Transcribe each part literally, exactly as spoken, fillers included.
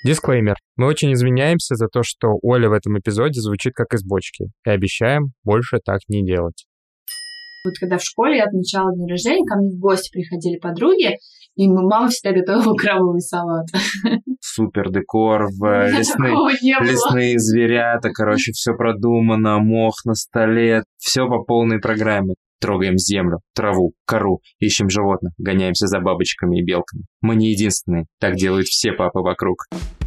Дисклеймер. Мы очень извиняемся за то, что Оля в этом эпизоде звучит как из бочки, и обещаем больше так не делать. Вот когда в школе я отмечала день рождения, ко мне в гости приходили подруги, и мама всегда готовила крабовый салат. Супер декор, в лесные, лесные зверята, короче, все продумано, мох на столе, все по полной программе. Трогаем землю, траву, кору, ищем животных, гоняемся за бабочками и белками. Мы не единственные, так делают все папы вокруг.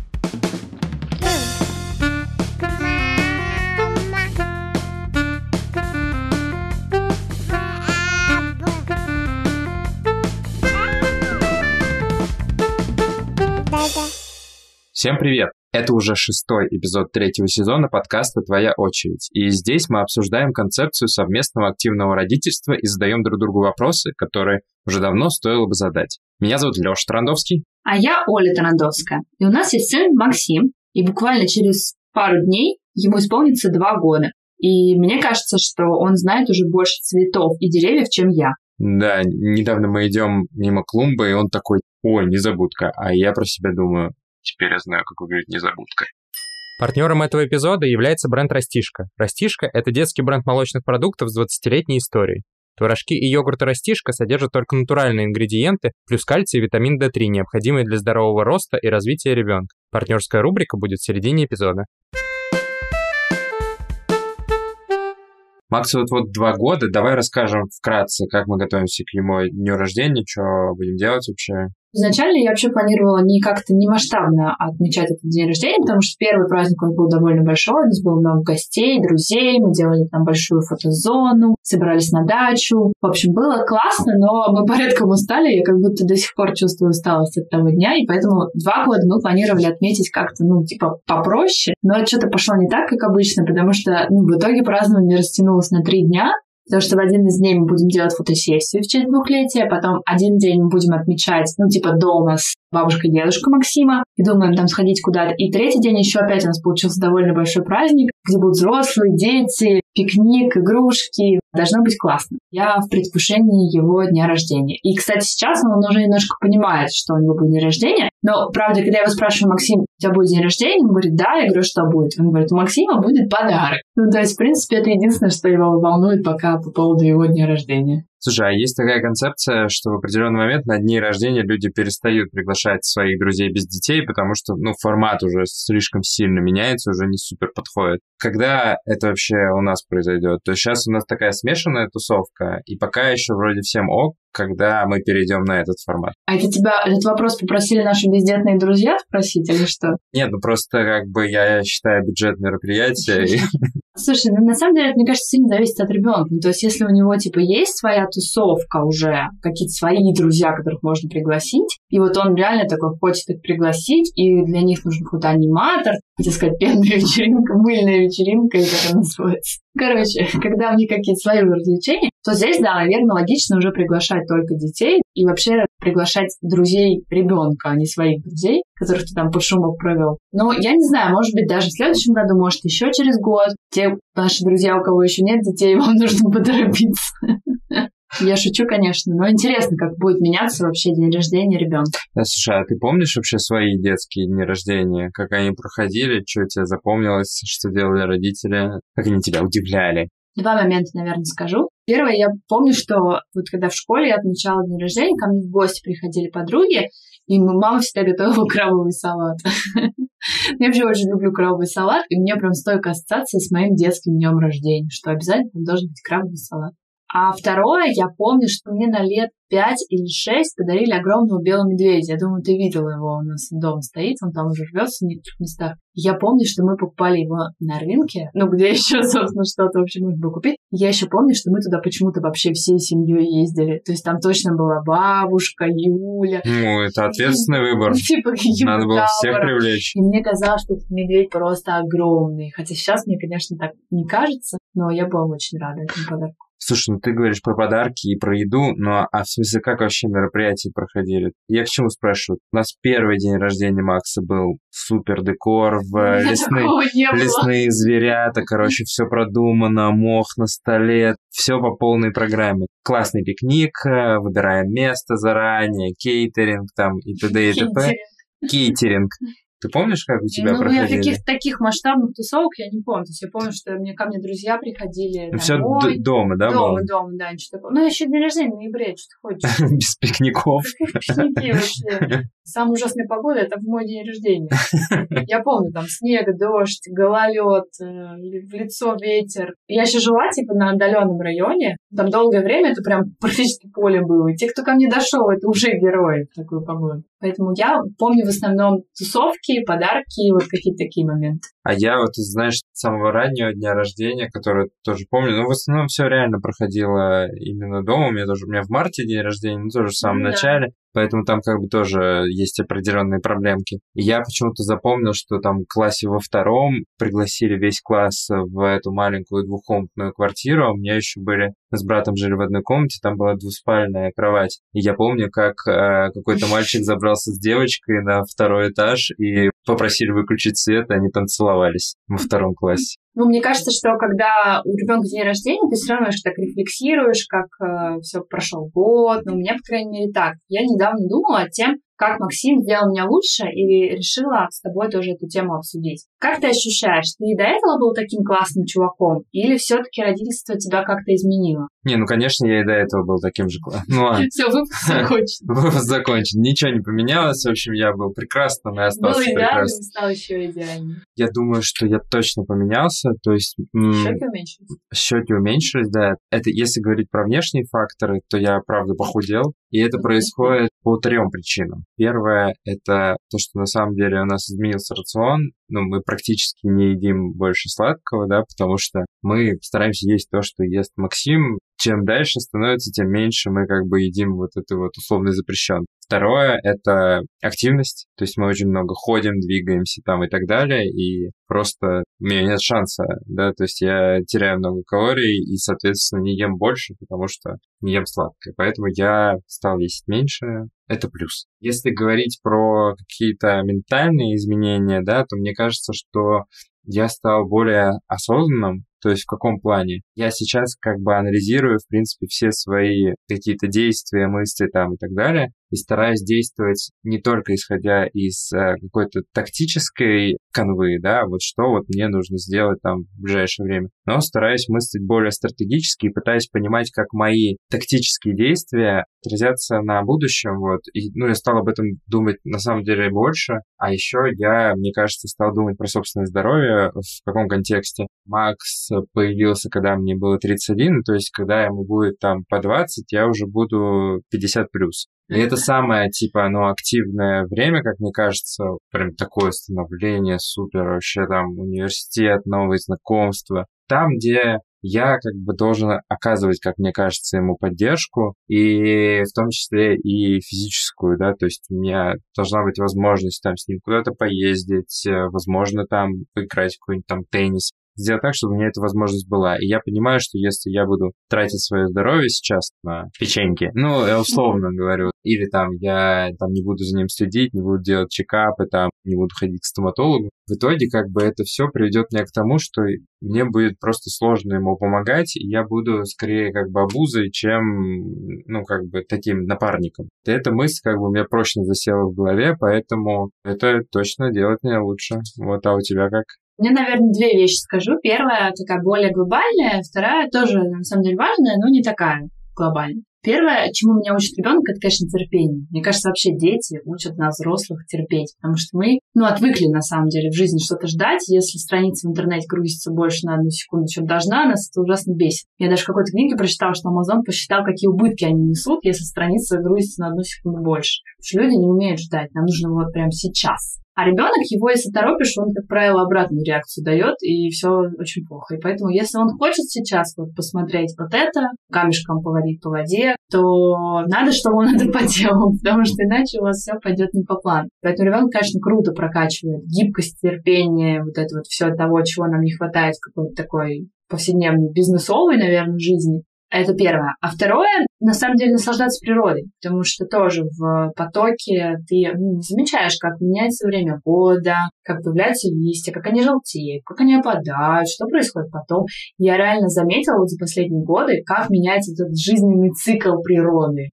Всем привет! Это уже шестой эпизод третьего сезона подкаста «Твоя очередь». И здесь мы обсуждаем концепцию совместного активного родительства и задаем друг другу вопросы, которые уже давно стоило бы задать. Меня зовут Лёша Тарандовский. А я Оля Тарандовская. И у нас есть сын Максим. И буквально через пару дней ему исполнится два года. И мне кажется, что он знает уже больше цветов и деревьев, чем я. Да, недавно мы идем мимо клумбы, и он такой: «Ой, незабудка». А я про себя думаю: теперь я знаю, как выглядит незабудка. Партнером этого эпизода является бренд «Растишка». «Растишка» — это детский бренд молочных продуктов с двадцатилетней историей. Творожки и йогурты «Растишка» содержат только натуральные ингредиенты, плюс кальций и витамин дэ три, необходимые для здорового роста и развития ребенка. Партнерская рубрика будет в середине эпизода. Максу вот-вот два года. Давай расскажем вкратце, как мы готовимся к его дню рождения, что будем делать вообще. Изначально я вообще планировала не как-то не масштабно отмечать этот день рождения, потому что первый праздник он был довольно большой, у нас было много гостей, друзей, мы делали там большую фотозону, собирались на дачу. В общем, было классно, но мы порядком устали, я как будто до сих пор чувствую усталость от того дня, и поэтому два года мы планировали отметить как-то, ну, типа, попроще, но что-то пошло не так, как обычно, потому что, ну, в итоге празднование растянулось на три дня, потому что в один из дней мы будем делать фотосессию в честь двухлетия, потом один день мы будем отмечать, ну, типа, дома с бабушкой и дедушкой Максима, и думаем там сходить куда-то. И третий день еще опять у нас получился довольно большой праздник, где будут взрослые, дети, пикник, игрушки. Должно быть классно. Я в предвкушении его дня рождения. И, кстати, сейчас он уже немножко понимает, что у него будет день рождения. Но, правда, когда я его спрашиваю: Максим, у тебя будет день рождения? Он говорит: да. Я говорю: что будет? Он говорит: у Максима будет подарок. Ну, то есть, в принципе, это единственное, что его волнует пока по поводу его дня рождения. Слушай, а есть такая концепция, что в определенный момент на дни рождения люди перестают приглашать своих друзей без детей, потому что, ну, формат уже слишком сильно меняется, уже не супер подходит. Когда это вообще у нас произойдет? То есть сейчас у нас такая смешанная тусовка, и пока еще вроде всем ок, когда мы перейдем на этот формат. А это тебя, этот вопрос попросили наши бездетные друзья спросить или что? Нет, ну просто как бы я считаю бюджет мероприятия. Слушай, ну на самом деле, это, мне кажется, сильно зависит от ребенка. Ну, то есть, если у него, типа, есть своя тусовка уже, какие-то свои друззя, которых можно пригласить, и вот он реально такой хочет их пригласить, и для них нужен какой-то аниматор, хотел сказать, пенная вечеринка, мыльная вечеринка, или как она называется. Короче, когда у них какие-то свои развлечения, то здесь, да, наверное, логично уже приглашать только детей и вообще приглашать друзей ребенка, а не своих друзей, которых ты там под шумок провел. Но я не знаю, может быть, даже в следующем году, может, еще через год. Те наши друзья, у кого еще нет детей, вам нужно поторопиться. Я шучу, конечно, но интересно, как будет меняться вообще день рождения ребенка. Да, слушай, а ты помнишь вообще свои детские дни рождения? Как они проходили? Что тебе запомнилось? Что делали родители? Как они тебя удивляли? Два момента, наверное, скажу. Первое, я помню, что вот когда в школе я отмечала день рождения, ко мне в гости приходили подруги, и мама всегда готовила крабовый салат. Я вообще очень люблю крабовый салат, и мне прям стойкая ассоциация с моим детским днем рождения, что обязательно там должен быть крабовый салат. А второе, я помню, что мне на лет пять или шесть подарили огромного белого медведя. Я думаю, ты видела его, у нас дома стоит, он там уже рвется в некоторых местах. Я помню, что мы покупали его на рынке, ну, где еще, собственно, что-то вообще можно было купить. Я еще помню, что мы туда почему-то вообще всей семьей ездили. То есть там точно была бабушка, Юля. Ну, это ответственный выбор. Типа, надо было всех привлечь. И мне казалось, что этот медведь просто огромный. Хотя сейчас мне, конечно, так не кажется, но я была очень рада этому подарку. Слушай, ну ты говоришь про подарки и про еду, но а в смысле, как вообще мероприятия проходили? Я к чему спрашиваю? У нас первый день рождения Макса был супер декор, в лесные, лесные зверята, короче, все продумано, мох на столе, все по полной программе. Классный пикник, выбираем место заранее, кейтеринг там и т.д. и т.п. Кейтеринг. Ты помнишь, как у тебя ну, проходили? Ну, я каких-то таких масштабных тусовок я не помню. То есть я помню, что мне, ко мне друзья приходили Ну, все домой. дома, да, Дома, было? дома, да, ничего такого. Ну, еще день рождения в ноябре, что ты хочешь. Без пикников. Какие пикники вообще? Самая ужасная погода — это в мой день рождения. Я помню, там снег, дождь, гололед, в лицо ветер. Я еще жила, типа, на отдаленном районе. Там долгое время это прям практически поле было. И те, кто ко мне дошел, это уже герои в такую погоду. Поэтому я помню в основном тусовки, подарки, вот какие-то такие моменты. А я вот, знаешь, с самого раннего дня рождения, который тоже помню, ну, в основном все реально проходило именно дома. У меня тоже, у меня в марте день рождения, ну, тоже в самом да. начале. Поэтому там как бы тоже есть определенные проблемки. И я почему-то запомнил, что там в классе во втором пригласили весь класс в эту маленькую двухкомнатную квартиру. У меня еще были... Мы с братом жили в одной комнате, там была двуспальная кровать. И я помню, как э, какой-то мальчик забрался с девочкой на второй этаж и попросили выключить свет, и они там целовались во втором классе. Ну, мне кажется, что когда у ребенка день рождения, ты все равно так рефлексируешь, как э, все прошел год. Ну, у меня, по крайней мере, так. Я недавно думала о тем, как Максим сделал меня лучше, и решила с тобой тоже эту тему обсудить. Как ты ощущаешь? Ты до этого был таким классным чуваком? Или все-таки родительство тебя как-то изменило? Не, ну, конечно, я и до этого был таким же классным. Ну, все, выпуск закончен. Выпуск закончен. Ничего не поменялось. В общем, я был прекрасным и остался прекрасным. Был идеальным, прекрасным. стал еще идеальнее. Я думаю, что я точно поменялся. То есть... Щеки уменьшились? Щеки уменьшились, да. Это если говорить про внешние факторы, то я, правда, похудел. И это происходит по трем причинам. Первое – это то, что на самом деле у нас изменился рацион. Ну, мы практически не едим больше сладкого, да, потому что мы стараемся есть то, что ест Максим. Чем дальше становится, тем меньше мы как бы едим вот это вот условно запрещенное. Второе – это активность, то есть мы очень много ходим, двигаемся там и так далее, и просто у меня нет шанса, да, то есть я теряю много калорий и, соответственно, не ем больше, потому что не ем сладкое, поэтому я стал есть меньше, это плюс. Если говорить про какие-то ментальные изменения, да, то мне кажется, что я стал более осознанным. То есть в каком плане? Я сейчас как бы анализирую, в принципе, все свои какие-то действия, мысли там и так далее, и стараюсь действовать не только исходя из э, какой-то тактической канвы, да, вот что вот мне нужно сделать там в ближайшее время, но стараюсь мыслить более стратегически и пытаюсь понимать, как мои тактические действия отразятся на будущем, вот, и, ну, я стал об этом думать на самом деле больше, а еще я, мне кажется, стал думать про собственное здоровье. В каком контексте? Макс появился, когда мне было тридцать один, то есть когда ему будет там по двадцать, я уже буду пятьдесят плюс. И это самое, типа, ну, активное время, как мне кажется, прям такое становление, супер, вообще там университет, новые знакомства. Там, где я как бы должен оказывать, как мне кажется, ему поддержку, и в том числе и физическую, да, то есть у меня должна быть возможность там с ним куда-то поездить, возможно, там поиграть в какой-нибудь там теннис, сделать так, чтобы у меня эта возможность была. И я понимаю, что если я буду тратить свое здоровье сейчас на печеньки, ну, я условно говорю, или там я там не буду за ним следить, не буду делать чекапы, там, не буду ходить к стоматологу, в итоге как бы это все приведет меня к тому, что мне будет просто сложно ему помогать, и я буду скорее как бы обузой, чем, ну, как бы таким напарником. И эта мысль как бы у меня прочно засела в голове, поэтому это точно делает меня лучше. Вот, а у тебя как? Мне, наверное, две вещи скажу. Первая такая более глобальная, вторая тоже, на самом деле, важная, но не такая глобальная. Первое, чему меня учит ребенок, это, конечно, терпение. Мне кажется, вообще дети учат нас, взрослых, терпеть, потому что мы, ну, отвыкли, на самом деле, в жизни что-то ждать. Если страница в интернете грузится больше на одну секунду, чем должна, нас это ужасно бесит. Я даже в какой-то книге прочитала, что Amazon посчитал, какие убытки они несут, если страница грузится на одну секунду больше. Потому что люди не умеют ждать, нам нужно вот прямо сейчас. А ребенок, его, если торопишь, он, как правило, обратную реакцию дает, и все очень плохо. И поэтому, если он хочет сейчас вот посмотреть вот это, камешком поводить по воде, то надо, чтобы он это поделал, потому что иначе у вас все пойдет не по плану. Поэтому ребенок, конечно, круто прокачивает гибкость, терпение, вот это вот все того, чего нам не хватает в какой-то такой повседневной бизнесовой, наверное, жизни. Это первое. А второе, на самом деле, наслаждаться природой, потому что тоже в потоке ты ну, не замечаешь, как меняется время года, как появляются листья, как они желтеют, как они опадают, что происходит потом. Я реально заметила вот за последние годы, как меняется этот жизненный цикл природы.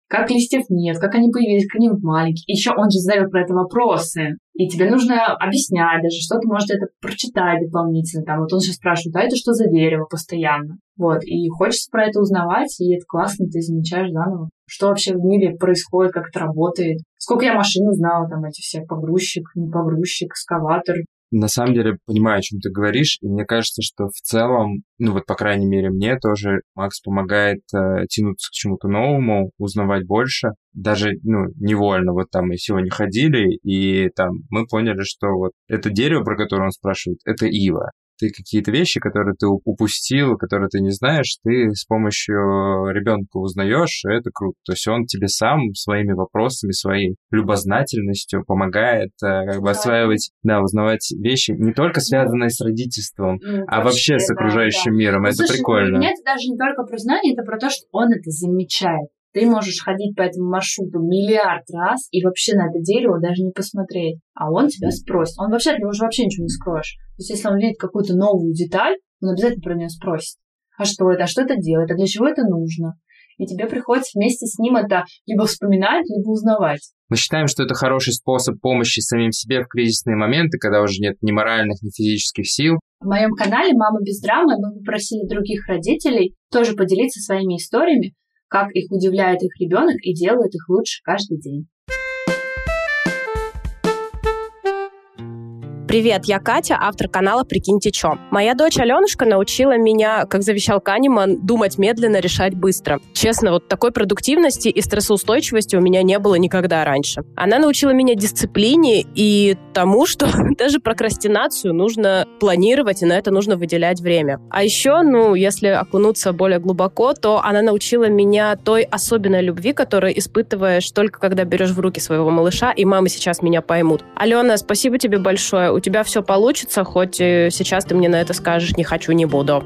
как листьев нет, как они появились, как они вот маленькие. Еще он же задает про это вопросы. И тебе нужно объяснять даже, что ты можешь это прочитать дополнительно. Там вот он сейчас спрашивает, а это что за дерево постоянно? Вот, и хочется про это узнавать, и это классно, ты замечаешь заново, что вообще в мире происходит, как это работает. Сколько я машин узнала, там эти все погрузчик, не погрузчик, экскаватор. На самом деле, понимаю, о чем ты говоришь, и мне кажется, что в целом, ну вот, по крайней мере, мне тоже Макс помогает э, тянуться к чему-то новому, узнавать больше, даже, ну, невольно. Вот там мы сегодня ходили, и там мы поняли, что вот это дерево, про которое он спрашивает, это ива. Ты какие-то вещи, которые ты упустил, которые ты не знаешь, ты с помощью ребенка узнаешь, и это круто. То есть он тебе сам своими вопросами, своей любознательностью помогает э, как бы осваивать, да, узнавать вещи, не только связанные с родительством, ну, а вообще, вообще с окружающим да, да. миром. Ну, это слушай, прикольно. Для меня это даже не только про знание, это про то, что он это замечает. Ты можешь ходить по этому маршруту миллиард раз и вообще на это дерево даже не посмотреть. А он тебя спросит. Он вообще от него уже вообще ничего не скроешь. То есть если он видит какую-то новую деталь, он обязательно про нее спросит. А что это? А что это делает? А для чего это нужно? И тебе приходится вместе с ним это либо вспоминать, либо узнавать. Мы считаем, что это хороший способ помощи самим себе в кризисные моменты, когда уже нет ни моральных, ни физических сил. В моем канале «Мама без драмы» мы попросили других родителей тоже поделиться своими историями, как их удивляет их ребенок и делает их лучше каждый день. Привет, я Катя, автор канала «Прикиньте чё». Моя дочь Аленушка научила меня, как завещал Канеман, думать медленно, решать быстро. Честно, вот такой продуктивности и стрессоустойчивости у меня не было никогда раньше. Она научила меня дисциплине и тому, что даже прокрастинацию нужно планировать, и на это нужно выделять время. А еще, ну, если окунуться более глубоко, то она научила меня той особенной любви, которую испытываешь только когда берешь в руки своего малыша, и мамы сейчас меня поймут. Алена, спасибо тебе большое. У тебя все получится, хоть сейчас ты мне на это скажешь «не хочу, не буду».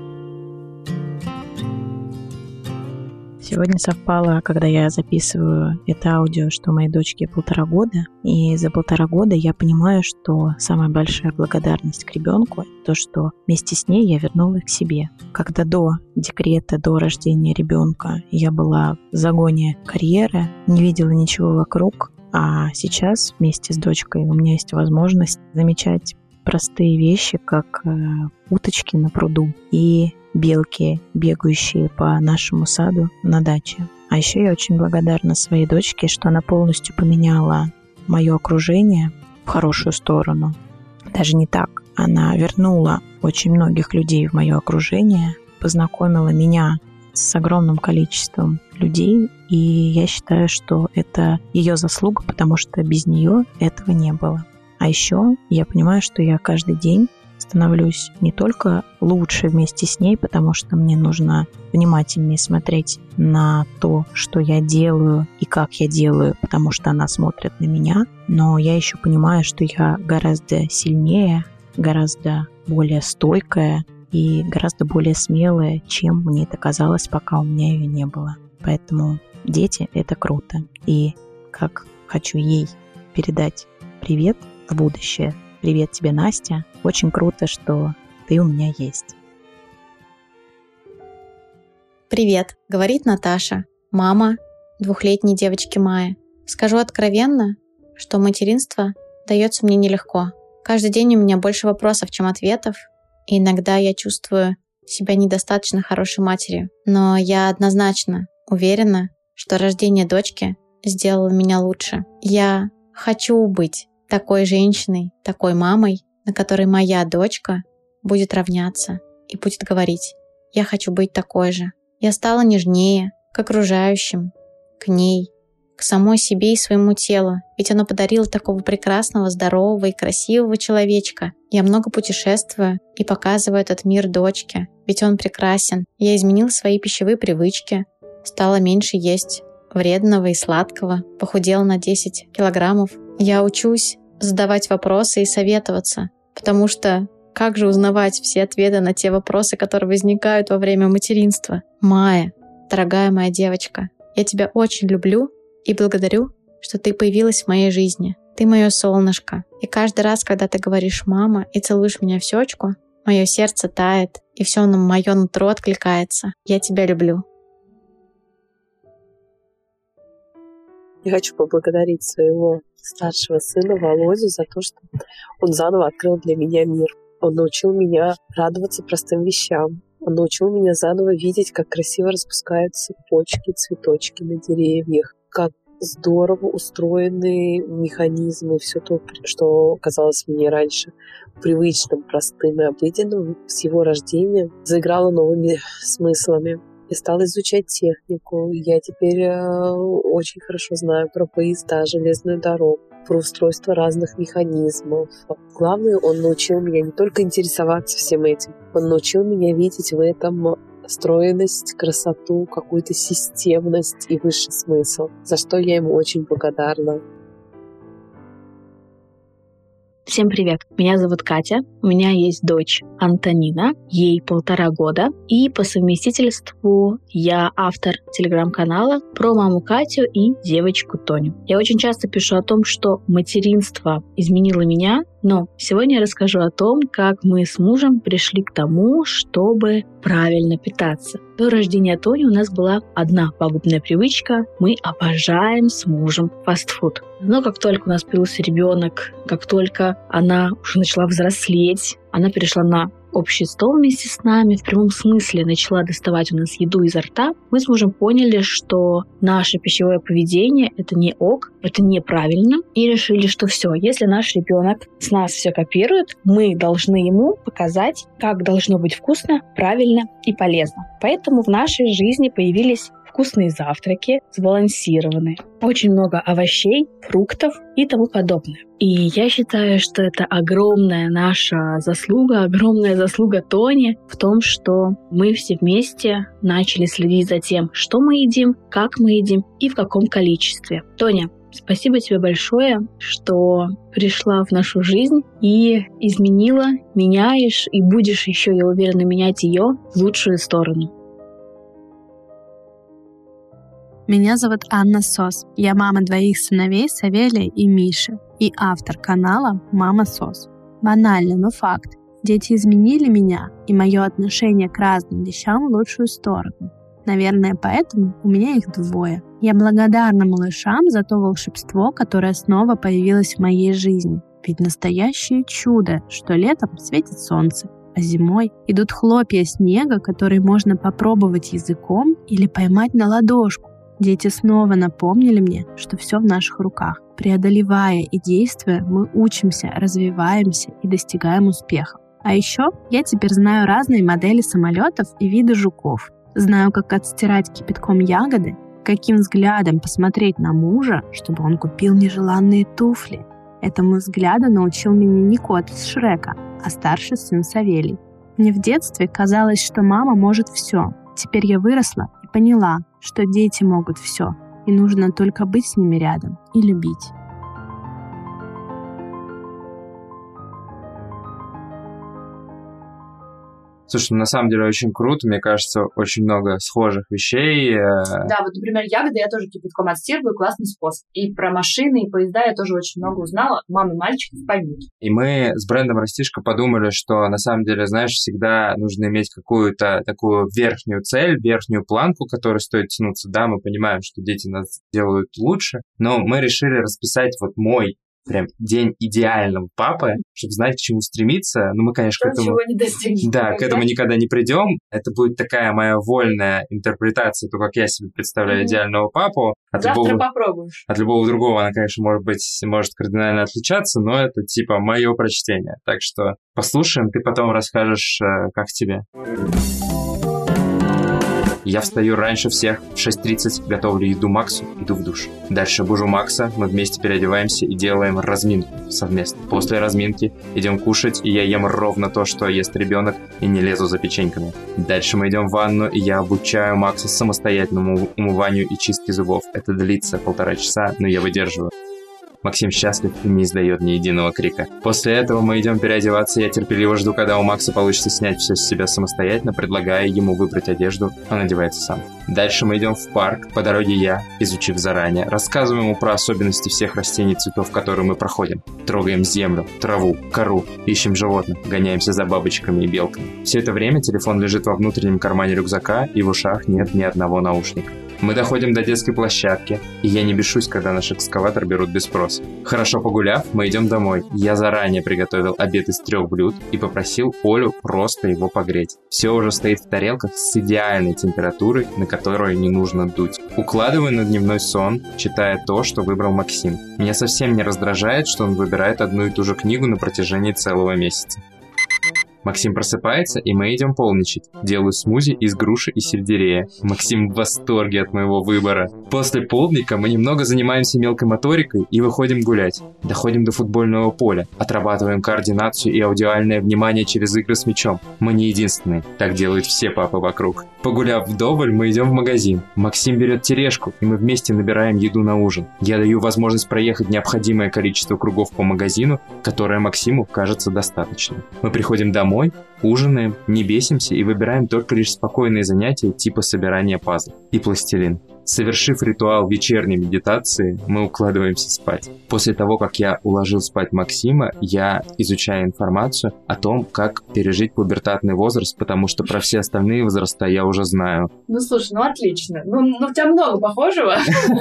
Сегодня совпало, когда я записываю это аудио, что моей дочке полтора года, и за полтора года я понимаю, что самая большая благодарность к ребенку – то, что вместе с ней я вернула их к себе. Когда до декрета, до рождения ребенка я была в загоне карьеры, не видела ничего вокруг, а сейчас вместе с дочкой у меня есть возможность замечать простые вещи, как э, уточки на пруду и белки, бегающие по нашему саду на даче. А еще я очень благодарна своей дочке, что она полностью поменяла мое окружение в хорошую сторону. Даже не так. Она вернула очень многих людей в мое окружение, познакомила меня с огромным количеством людей, и я считаю, что это ее заслуга, потому что без нее этого не было. А еще я понимаю, что я каждый день становлюсь не только лучше вместе с ней, потому что мне нужно внимательнее смотреть на то, что я делаю и как я делаю, потому что она смотрит на меня, но я еще понимаю, что я гораздо сильнее, гораздо более стойкая и гораздо более смелая, чем мне это казалось, пока у меня ее не было. Поэтому дети — это круто. И как хочу ей передать привет в будущее. Привет тебе, Настя. Очень круто, что ты у меня есть. Привет, говорит Наташа, мама двухлетней девочки Майи. Скажу откровенно, что материнство дается мне нелегко. Каждый день у меня больше вопросов, чем ответов. И иногда я чувствую себя недостаточно хорошей матерью. Но я однозначно уверена, что рождение дочки сделало меня лучше. Я хочу быть такой женщиной, такой мамой, на которой моя дочка будет равняться и будет говорить: «Я хочу быть такой же». Я стала нежнее к окружающим, к ней, к самой себе и своему телу, ведь оно подарило такого прекрасного, здорового и красивого человечка. Я много путешествую и показываю этот мир дочке, ведь он прекрасен. Я изменила свои пищевые привычки, стала меньше есть вредного и сладкого, похудела на десять килограммов. Я учусь задавать вопросы и советоваться, потому что как же узнавать все ответы на те вопросы, которые возникают во время материнства? Майя, дорогая моя девочка, я тебя очень люблю и благодарю, что ты появилась в моей жизни. Ты мое солнышко. И каждый раз, когда ты говоришь «мама» и целуешь меня в щечку, мое сердце тает, и все на мое нутро откликается. Я тебя люблю. Я хочу поблагодарить своего старшего сына Володю за то, что он заново открыл для меня мир. Он научил меня радоваться простым вещам. Он научил меня заново видеть, как красиво распускаются почки, цветочки на деревьях, как здорово устроены механизмы, все то, что казалось мне раньше привычным, простым и обыденным, с его рождением заиграло новыми смыслами. Я стала изучать технику. Я теперь э, очень хорошо знаю про поезда, железную дорогу, про устройство разных механизмов. Главное, он научил меня не только интересоваться всем этим, он научил меня видеть в этом стройность, красоту, какую-то системность и высший смысл, за что я ему очень благодарна. Всем привет, меня зовут Катя, у меня есть дочь Антонина, ей полтора года, и по совместительству я автор телеграм-канала про маму Катю и девочку Тоню. Я очень часто пишу о том, что материнство изменило меня, но сегодня я расскажу о том, как мы с мужем пришли к тому, чтобы правильно питаться. До рождения Тони у нас была одна пагубная привычка. Мы обожаем с мужем фастфуд. Но как только у нас появился ребенок, как только она уже начала взрослеть, она перешла на общий стол вместе с нами, в прямом смысле начала доставать у нас еду изо рта, мы с мужем поняли, что наше пищевое поведение — это не ок, это неправильно, и решили, что все, если наш ребенок с нас все копирует, мы должны ему показать, как должно быть вкусно, правильно и полезно. Поэтому в нашей жизни появились вкусные завтраки, сбалансированные, очень много овощей, фруктов и тому подобное. И я считаю, что это огромная наша заслуга, огромная заслуга Тони в том, что мы все вместе начали следить за тем, что мы едим, как мы едим и в каком количестве. Тоня, спасибо тебе большое, что пришла в нашу жизнь и изменила, меняешь и будешь еще, я уверена, менять ее в лучшую сторону. Меня зовут Анна Сос. Я мама двоих сыновей Савелия и Миши и автор канала «Мама Сос». Банально, но факт. Дети изменили меня и мое отношение к разным вещам в лучшую сторону. Наверное, поэтому у меня их двое. Я благодарна малышам за то волшебство, которое снова появилось в моей жизни. Ведь настоящее чудо, что летом светит солнце, а зимой идут хлопья снега, которые можно попробовать языком или поймать на ладошку. Дети снова напомнили мне, что все в наших руках. Преодолевая и действуя, мы учимся, развиваемся и достигаем успеха. А еще я теперь знаю разные модели самолетов и виды жуков. Знаю, как отстирать кипятком ягоды, каким взглядом посмотреть на мужа, чтобы он купил нежеланные туфли. Этому взгляду научил меня не кот из Шрека, а старший сын Савелий. Мне в детстве казалось, что мама может все. Теперь я выросла и поняла, что дети могут все, и нужно только быть с ними рядом и любить. Слушай, ну, на самом деле очень круто, мне кажется, очень много схожих вещей. Да, вот, например, ягоды я тоже кипятком отстирываю, классный способ. И про машины, и поезда я тоже очень много узнала. Мамы мальчиков поймут. И мы с брендом Растишка подумали, что на самом деле, знаешь, всегда нужно иметь какую-то такую верхнюю цель, верхнюю планку, к которой стоит тянуться. Да, мы понимаем, что дети нас делают лучше, но мы решили расписать вот мой прям день идеального папы, чтобы знать, к чему стремиться. Ну, мы, конечно, к этому... не достигнем. Да, к этому никогда не придем. Это будет такая моя вольная интерпретация, то, как я себе представляю mm-hmm. идеального папу. От Завтра любого... попробуешь. От любого другого она, конечно, может быть, может кардинально отличаться, но это типа мое прочтение. Так что послушаем, ты потом расскажешь, как тебе. Я встаю раньше всех, в шесть тридцать готовлю еду Максу, иду в душ. Дальше бужу Макса, мы вместе переодеваемся и делаем разминку совместно. После разминки идем кушать, и я ем ровно то, что ест ребенок, и не лезу за печеньками. Дальше мы идем в ванну, и я обучаю Макса самостоятельному умыванию и чистке зубов. Это длится полтора часа, но я выдерживаю. Максим счастлив и не издает ни единого крика. После этого мы идем переодеваться, я терпеливо жду, когда у Макса получится снять все с себя самостоятельно, предлагая ему выбрать одежду, он одевается сам. Дальше мы идем в парк, по дороге я, изучив заранее, рассказываем ему про особенности всех растений и цветов, которые мы проходим. Трогаем землю, траву, кору, ищем животных, гоняемся за бабочками и белками. Все это время телефон лежит во внутреннем кармане рюкзака, и в ушах нет ни одного наушника. Мы доходим до детской площадки, и я не бешусь, когда наш экскаватор берут без спроса. Хорошо погуляв, мы идем домой. Я заранее приготовил обед из трех блюд и попросил Олю просто его погреть. Все уже стоит в тарелках с идеальной температурой, на которую не нужно дуть. Укладываю на дневной сон, читая то, что выбрал Максим. Меня совсем не раздражает, что он выбирает одну и ту же книгу на протяжении целого месяца. Максим просыпается, и мы идем полничать. Делаю смузи из груши и сельдерея. Максим в восторге от моего выбора. После полдника мы немного занимаемся мелкой моторикой и выходим гулять. Доходим до футбольного поля. Отрабатываем координацию и аудиальное внимание через игры с мячом. Мы не единственные. Так делают все папы вокруг. Погуляв вдоволь, мы идем в магазин. Максим берет тележку, и мы вместе набираем еду на ужин. Я даю возможность проехать необходимое количество кругов по магазину, которое Максиму кажется достаточным. Мы приходим домой, ужинаем, не бесимся и выбираем только лишь спокойные занятия типа собирания пазлов и пластилин. Совершив ритуал вечерней медитации, мы укладываемся спать. После того, как я уложил спать Максима, я изучаю информацию о том, как пережить пубертатный возраст, потому что про все остальные возраста я уже знаю. Ну, слушай, ну отлично. Ну, ну у тебя много похожего.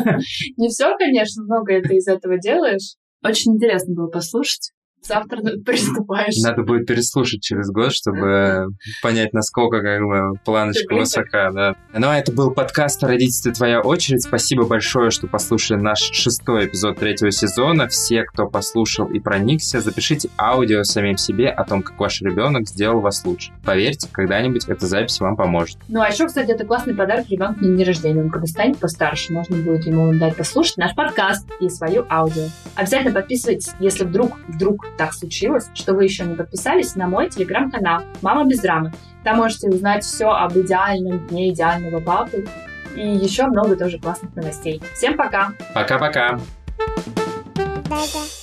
Не все, конечно, много ты из этого делаешь. Очень интересно было послушать. Завтра приступаешь. Надо будет переслушать через год, чтобы понять, насколько как бы планочка высока. Да. Ну, а это был подкаст «Родительство. Твоя очередь». Спасибо большое, что послушали наш шестой эпизод третьего сезона. Все, кто послушал и проникся, запишите аудио самим себе о том, как ваш ребенок сделал вас лучше. Поверьте, когда-нибудь эта запись вам поможет. Ну, а еще, кстати, это классный подарок ребенку на день рождения. Он когда станет постарше, можно будет ему дать послушать наш подкаст и свою аудио. Обязательно подписывайтесь, если вдруг, вдруг так случилось, что вы еще не подписались на мой телеграм-канал «Мама без драмы». Там можете узнать все об идеальном дне идеального папы и еще много тоже классных новостей. Всем пока! Пока-пока! Да-да.